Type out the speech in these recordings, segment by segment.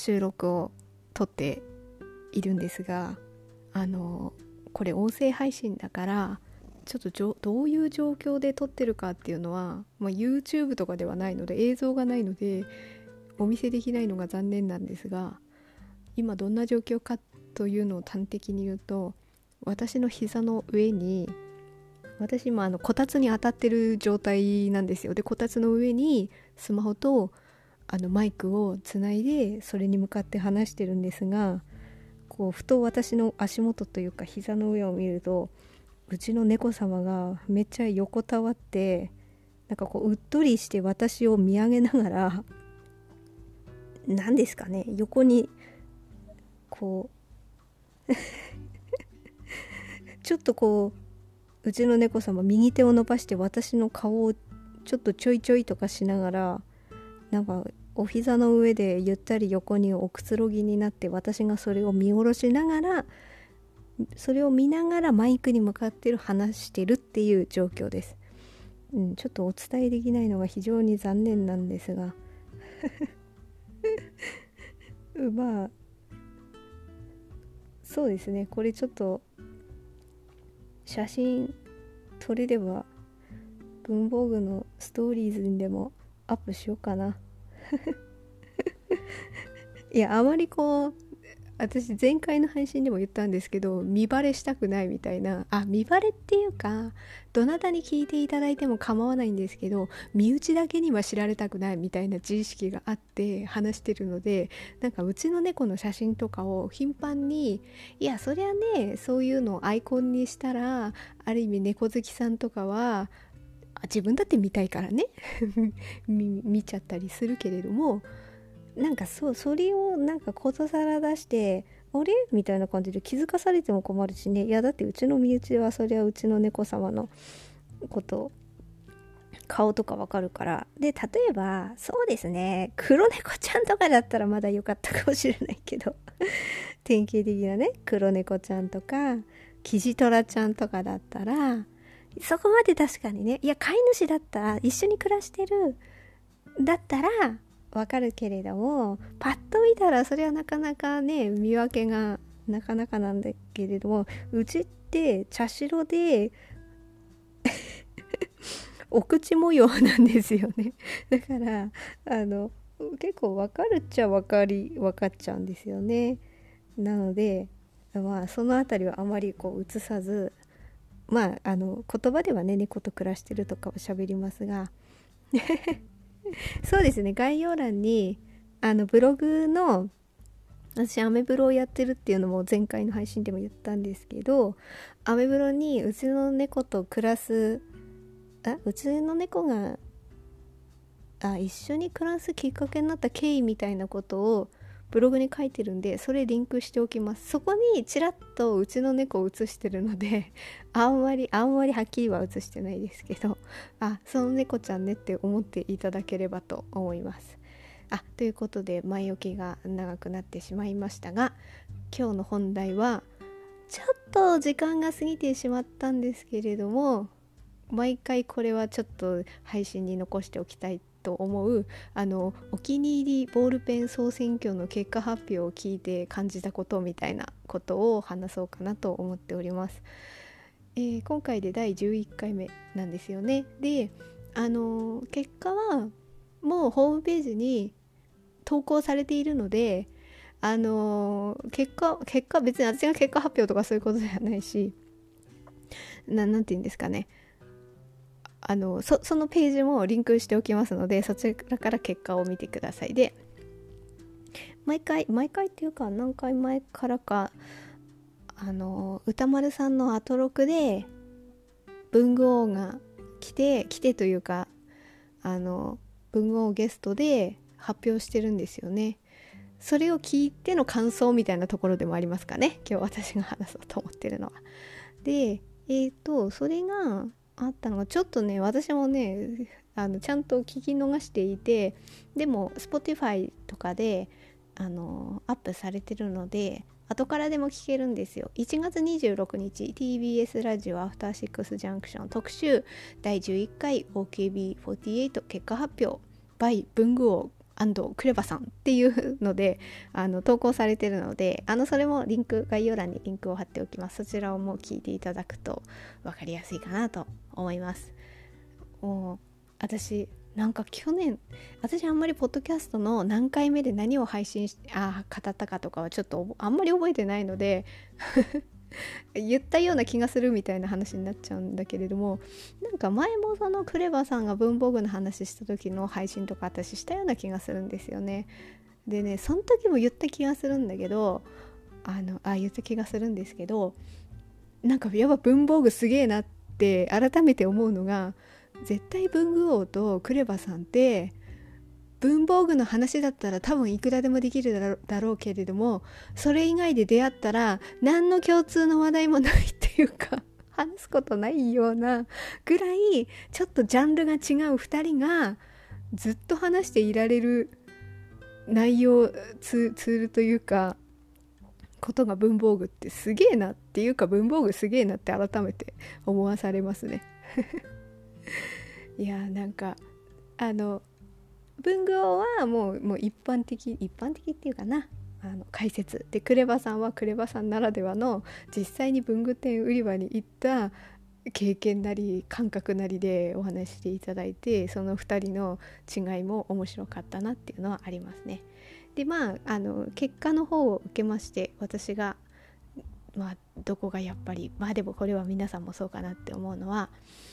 収録を撮っているんですが、これ音声配信だからちょっとどういう状況で撮ってるかっていうのは、YouTube とかではないので映像がないのでお見せできないのが残念なんですが、今どんな状況かというのを端的に言うと、私の膝の上に、私今こたつに当たってる状態なんですよ。でこたつの上にスマホとマイクをつないでそれに向かって話してるんですが、こうふと私の足元というか膝の上を見ると、うちの猫様がめっちゃ横たわって、なんかこううっとりして私を見上げながら、何ですかね、横にこうちょっとこうちの猫様右手を伸ばして私の顔をちょっとちょいちょいとかしながら、なんかお膝の上でゆったり横におくつろぎになって、私がそれを見下ろしながら、それを見ながらマイクに向かって話してるっていう状況です。ちょっとお伝えできないのが非常に残念なんですがまあそうですね、これちょっと写真撮れれば文房具のストーリーズにでもアップしようかないや、あまりこう私前回の配信でも言ったんですけど、見バレしたくないみたいな、見バレっていうか、どなたに聞いていただいても構わないんですけど、身内だけには知られたくないみたいな自意識があって話してるので、なんかうちの猫の写真とかを頻繁に、いやそりゃね、そういうのをアイコンにしたら、ある意味猫好きさんとかは自分だって見たいからね見ちゃったりするけれども、なんかそれをなんかことさら出して、あれみたいな感じで気づかされても困るしね。いやだってうちの身内はそりゃうちの猫様のこと顔とかわかるから。で例えばそうですね、黒猫ちゃんとかだったらまだ良かったかもしれないけど典型的なね黒猫ちゃんとかキジトラちゃんとかだったら、そこまで確かにね、いや飼い主だったら、一緒に暮らしてるだったらわかるけれども、パッと見たらそれはなかなかね、見分けがなかなかなんだけれども、うちって茶白でお口模様なんですよね。だから結構わかるっちゃわかっちゃうんですよね。なのでそのあたりはあまりこう映さず、言葉ではね猫と暮らしてるとかは喋りますがそうですね、概要欄にブログの、私アメブロをやってるっていうのも前回の配信でも言ったんですけど、アメブロにうちの猫と暮らすうちの猫が一緒に暮らすきっかけになった経緯みたいなことをブログに書いてるんで、それリンクしておきます。そこにちらっとうちの猫を写してるのであんまりはっきりは写してないですけど、その猫ちゃんねって思っていただければと思います。ということで前置きが長くなってしまいましたが、今日の本題はちょっと時間が過ぎてしまったんですけれども、毎回これはちょっと配信に残しておきたいと思うお気に入りボールペン総選挙の結果発表を聞いて感じたことみたいなことを話そうかなと思っております。今回で第11回目なんですよね。で結果はもうホームページに投稿されているので、結果別に私が結果発表とかそういうことではないし、なんて言うんですかね、そのページもリンクしておきますので、そちらから結果を見てください。で毎回っていうか何回前からか歌丸さんのアトロクで文具王が来てというか文具王ゲストで発表してるんですよね。それを聞いての感想みたいなところでもありますかね、今日私が話そうと思ってるのは。でそれがあったのがちょっとね、私もねちゃんと聞き逃していて、でも Spotify とかでアップされてるので後からでも聞けるんですよ。1月26日 TBS ラジオアフターシックスジャンクション特集第11回 OKB48 結果発表 by 文具王クレバさんっていうので投稿されてるので、それも概要欄にリンクを貼っておきます。そちらをもう聞いていただくと分かりやすいかなと思います。もう私なんか私あんまりポッドキャストの何回目で何を語ったかとかはちょっとあんまり覚えてないので言ったような気がするみたいな話になっちゃうんだけれども、なんか前もそのクレバさんが文房具の話した時の配信とか私したような気がするんですよね。でね、その時も言った気がするんだけど言った気がするんですけど、なんかやっぱ文房具すげえなって改めて思うのが、絶対文具王とクレバさんって文房具の話だったら多分いくらでもできるだろうけれども、それ以外で出会ったら何の共通の話題もないっていうか話すことないようなぐらいちょっとジャンルが違う2人がずっと話していられる内容ツールというかことが文房具ってすげえなっていうか、文房具すげえなって改めて思わされますねいやなんか文具王はもう一般的っていうかな、解説で、クレバさんはクレバさんならではの実際に文具店売り場に行った経験なり感覚なりでお話ししていただいて、その2人の違いも面白かったなっていうのはありますね。で結果の方を受けまして、私がどこがやっぱりでもこれは皆さんもそうかなって思うのは、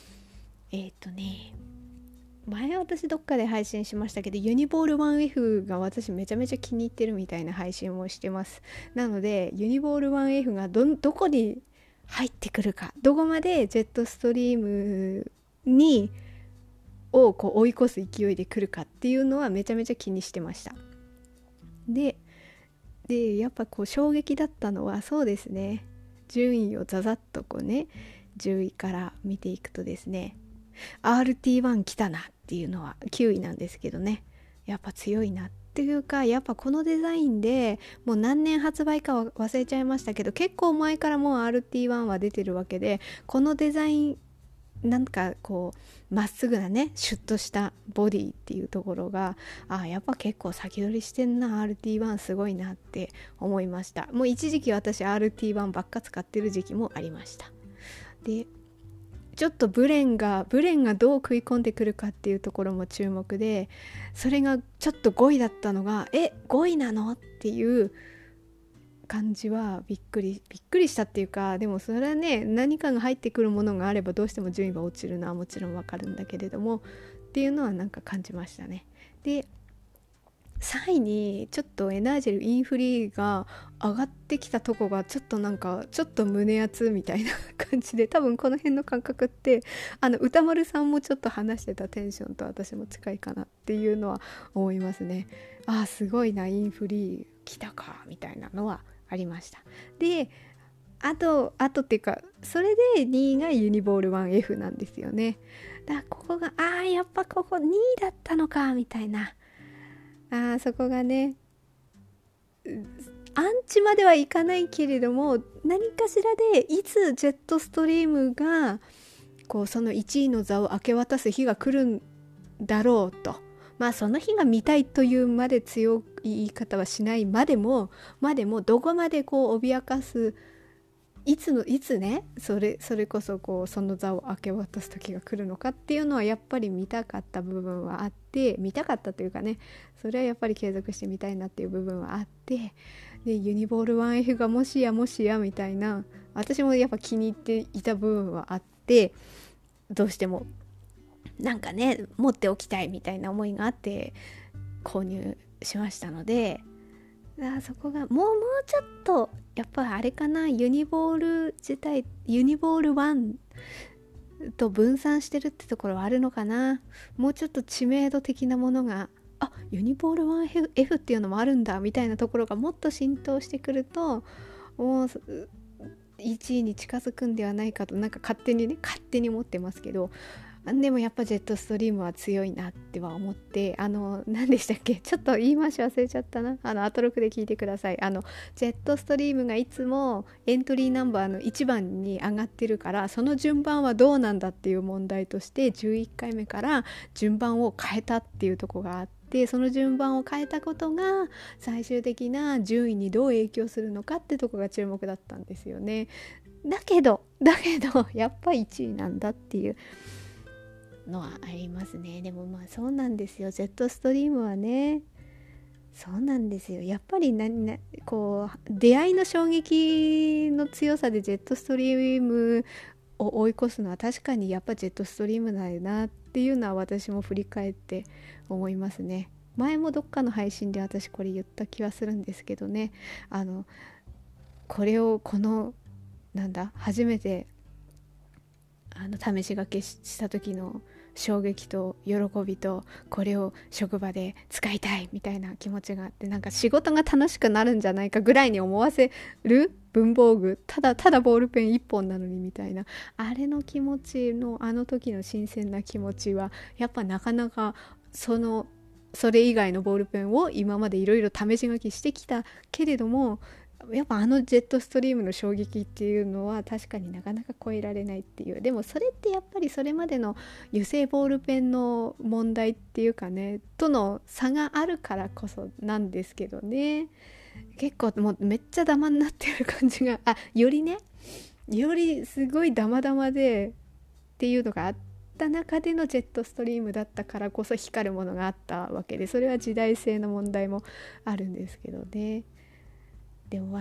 前私どっかで配信しましたけど、ユニボール 1F が私めちゃめちゃ気に入ってるみたいな配信をしてます。なのでユニボール 1F がどこに入ってくるか、どこまでジェットストリームを追い越す勢いで来るかっていうのはめちゃめちゃ気にしてました。でやっぱ衝撃だったのは、そうですね、順位をざざっと10位から見ていくとですね、RT1 来たなっていうのは9位なんですけどね、やっぱ強いなっていうか、やっぱこのデザインでもう何年発売かは忘れちゃいましたけど、結構前からもう RT1 は出てるわけで、このデザインなんかまっすぐなねシュッとしたボディっていうところがやっぱ結構先取りしてんな RT1 すごいなって思いました。もう一時期私 RT1 ばっか使ってる時期もありました。でちょっとブレンがどう食い込んでくるかっていうところも注目で、それがちょっと5位だったのが5位なのっていう感じはびっくりしたっていうか、でもそれはね、何かが入ってくるものがあればどうしても順位が落ちるのはもちろんわかるんだけれどもっていうのはなんか感じましたね。で3位にちょっとエナージェルインフリーが上がってきたとこがちょっと胸熱みたいな感じで、多分この辺の感覚って歌丸さんもちょっと話してたテンションと私も近いかなっていうのは思いますね。すごいな、インフリー来たかみたいなのはありました。であとっていうか、それで2位がユニボール 1F なんですよね。だからここがやっぱここ2位だったのかみたいな、そこがね、アンチまではいかないけれども、何かしらでいつジェットストリームがその1位の座を明け渡す日が来るんだろうと、その日が見たいというまで強い言い方はしないまでもどこまで脅かす、いつねそれこそその座を明け渡す時が来るのかっていうのはやっぱり見たかった部分はあって、見たかったというかね、それはやっぱり継続してみたいなっていう部分はあって、でユニボール 1F がもしやみたいな、私もやっぱ気に入っていた部分はあって、どうしてもなんかね持っておきたいみたいな思いがあって購入しましたので、そこがもうちょっとやっぱりあれかな、ユニボール1と分散してるってところはあるのかな。もうちょっと知名度的なものがユニボール 1F っていうのもあるんだみたいなところがもっと浸透してくると、もう1位に近づくんではないかとなんか勝手に思ってますけど、でもやっぱジェットストリームは強いなっては思って、何でしたっけ、ちょっと言い回し忘れちゃったな、アトロクで聞いてください。ジェットストリームがいつもエントリーナンバーの1番に上がってるから、その順番はどうなんだっていう問題として11回目から順番を変えたっていうところがあって、 て、その順番を変えたことが最終的な順位にどう影響するのかってとこが注目だったんですよね。だけどやっぱ1位なんだっていうのはありますね。でもまあそうなんですよ、ジェットストリームはね。そうなんですよ、やっぱりこう出会いの衝撃の強さでジェットストリームを追い越すのは確かにやっぱジェットストリームだよなっていうのは私も振り返って思いますね。前もどっかの配信で私これ言った気はするんですけどね、これを初めて試し書きした時の衝撃と喜びと、これを職場で使いたいみたいな気持ちがあって、なんか仕事が楽しくなるんじゃないかぐらいに思わせる文房具、ただボールペン1本なのにみたいな、あれの気持ちのあの時の新鮮な気持ちはやっぱなかなかそれ以外のボールペンを今までいろいろ試し書きしてきたけれども、やっぱジェットストリームの衝撃っていうのは確かになかなか超えられないっていう。でもそれってやっぱりそれまでの油性ボールペンの問題っていうかねとの差があるからこそなんですけどね。結構もうめっちゃダマになってる感じがよりすごいダマダマでっていうのがあった中でのジェットストリームだったからこそ光るものがあったわけで、それは時代性の問題もあるんですけどね。でも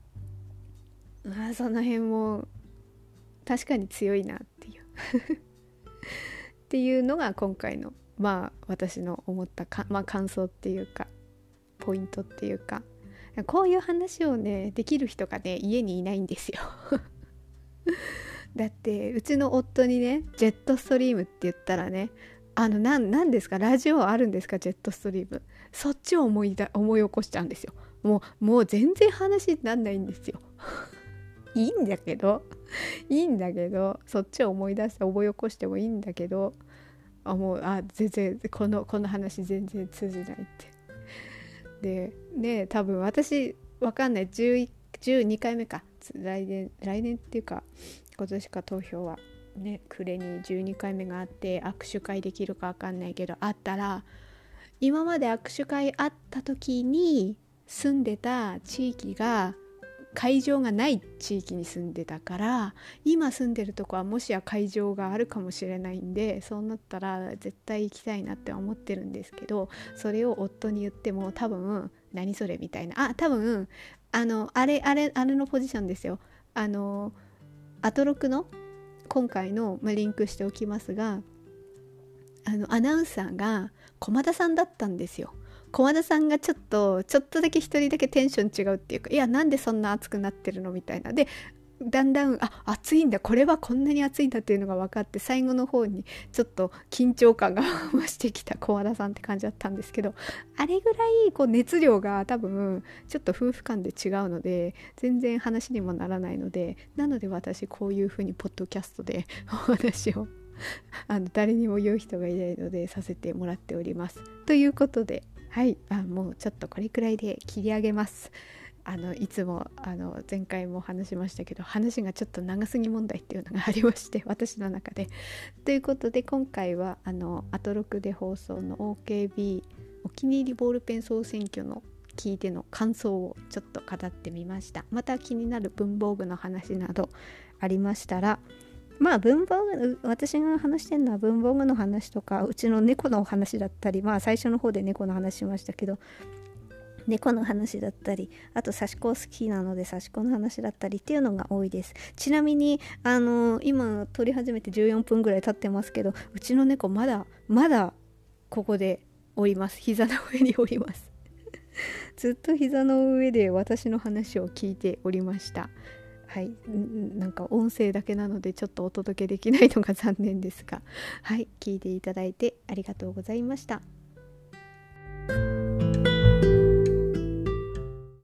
その辺も確かに強いなっていうっていうのが今回の私の思った感想っていうかポイントっていうか、こういう話をねできる人がね家にいないんですよだってうちの夫にねジェットストリームって言ったらね、何ですか、ラジオあるんですかジェットストリーム、そっちを思い起こしちゃうんですよ。もう全然話になんないんですよいいんだけどそっちを思い起こしてもいいんだけど、全然この話全然通じないってでね、多分私わかんない、12回目か、来年っていうか今年か投票はね、暮れに12回目があって握手会できるかわかんないけど、あったら今まで握手会あった時に住んでた地域が会場がない地域に住んでたから、今住んでるとこはもしや会場があるかもしれないんで、そうなったら絶対行きたいなって思ってるんですけど、それを夫に言っても多分何それみたいな、多分あれのポジションですよ。アトロクの今回の、リンクしておきますが、アナウンサーが駒田さんだったんですよ。駒田さんがちょっとだけ一人だけテンション違うっていうか、いやなんでそんな熱くなってるのみたいなで、だんだん熱いんだ、これはこんなに熱いんだっていうのが分かって、最後の方にちょっと緊張感が増してきた駒田さんって感じだったんですけど、あれぐらい熱量が多分ちょっと夫婦間で違うので全然話にもならないので、なので私こういう風にポッドキャストでお話を誰にも言う人がいないのでさせてもらっております。ということで、もうちょっとこれくらいで切り上げます。いつも前回も話しましたけど、話がちょっと長すぎ問題っていうのがありまして私の中で。ということで今回はアトロクで放送の OKB お気に入りボールペン総選挙の聞いての感想をちょっと語ってみました。また気になる文房具の話などありましたら、文房具、私が話してるのは文房具の話とかうちの猫のお話だったり、最初の方で猫の話しましたけど、猫の話だったり、あと刺し子好きなので刺し子の話だったりっていうのが多いです。ちなみに今撮り始めて14分ぐらい経ってますけど、うちの猫まだここでおります。膝の上におりますずっと膝の上で私の話を聞いておりました。なんか音声だけなのでちょっとお届けできないのが残念ですが、聞いていただいてありがとうございました。